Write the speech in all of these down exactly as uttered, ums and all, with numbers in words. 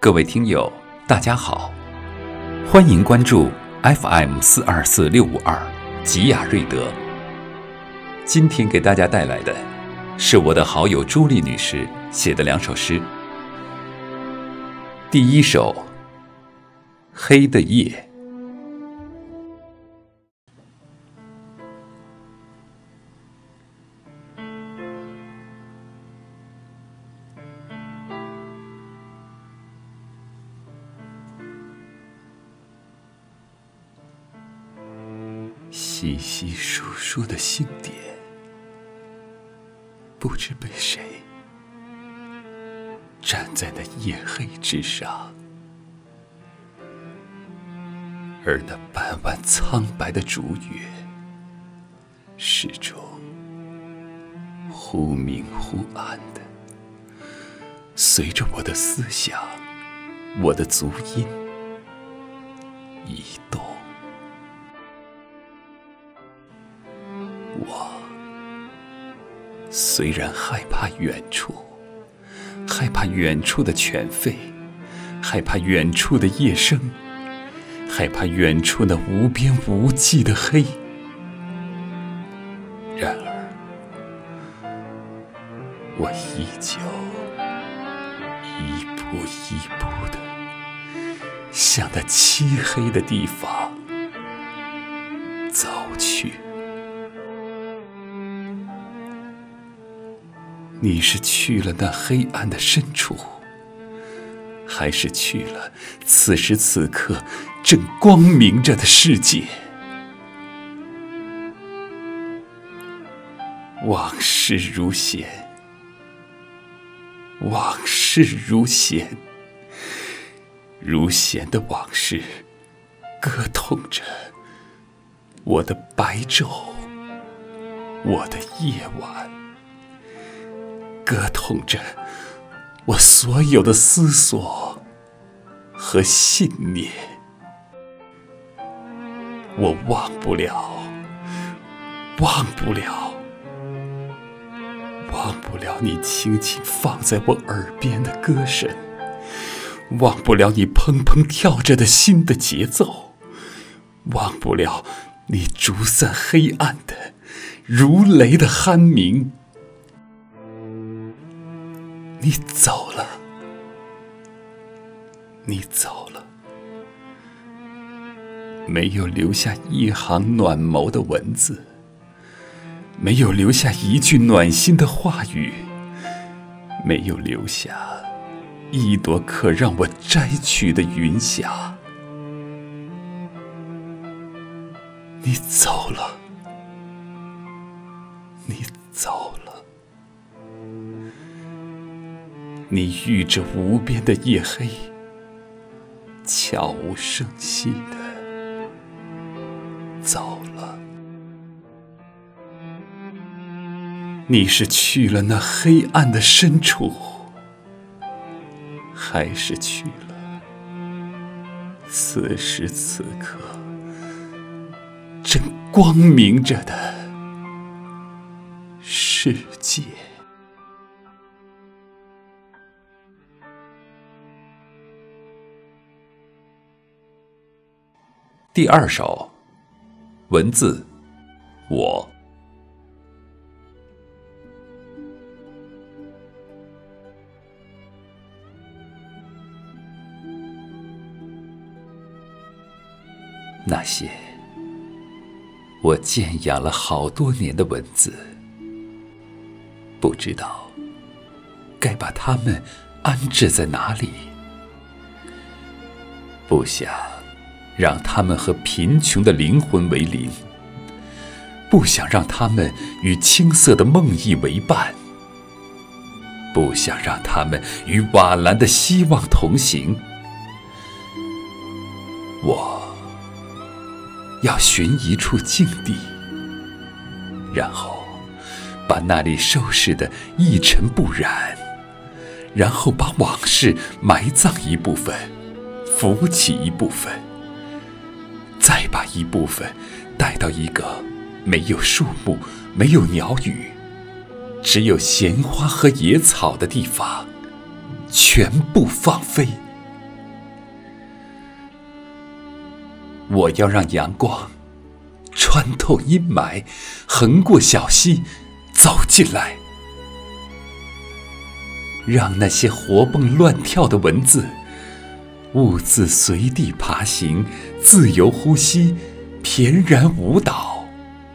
各位听友，大家好，欢迎关注 F M 四二四六五二吉雅瑞德。今天给大家带来的是我的好友朱莉女士写的两首诗。第一首《黑的夜》。稀稀疏疏的信笺，不知被谁站在那夜黑之上，而那半弯苍白的竹月，始终忽明忽暗的，随着我的思想，我的足音移动。我虽然害怕远处，害怕远处的犬吠，害怕远处的夜声，害怕远处那无边无际的黑，然而我依旧一步一步地向那漆黑的地方走去。你是去了那黑暗的深处，还是去了此时此刻正光明着的世界？往事如弦，往事如弦，如弦的往事歌痛着我的白昼，我的夜晚，歌痛着我所有的思索和信念。我忘不了，忘不了，忘不了你轻轻放在我耳边的歌声，忘不了你砰砰跳着的心的节奏，忘不了你逐散黑暗的如雷的酣鸣。你走了，你走了，没有留下一行暖眸的文字，没有留下一句暖心的话语，没有留下一朵可让我摘取的云霞。你走了，你走了，你遇着无边的夜黑，悄无声息地走了。你是去了那黑暗的深处，还是去了此时此刻正光明着的世界？第二首，文字，我。那些我渐养了好多年的文字，不知道该把它们安置在哪里，不想让他们和贫穷的灵魂为邻，不想让他们与青涩的梦呓为伴，不想让他们与瓦蓝的希望同行。我要寻一处静地，然后把那里收拾得一尘不染，然后把往事埋葬一部分，扶起一部分，再把一部分带到一个没有树木，没有鸟语，只有闲花和野草的地方，全部放飞， 我要让阳光穿透阴霾，横过小溪，走进来，让那些活蹦乱跳的文字兀自随地爬行，自由呼吸，翩然舞蹈。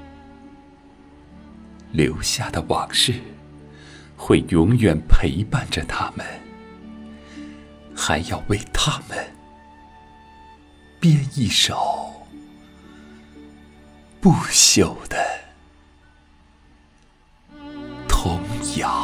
留下的往事会永远陪伴着他们，还要为他们编一首不朽的童谣。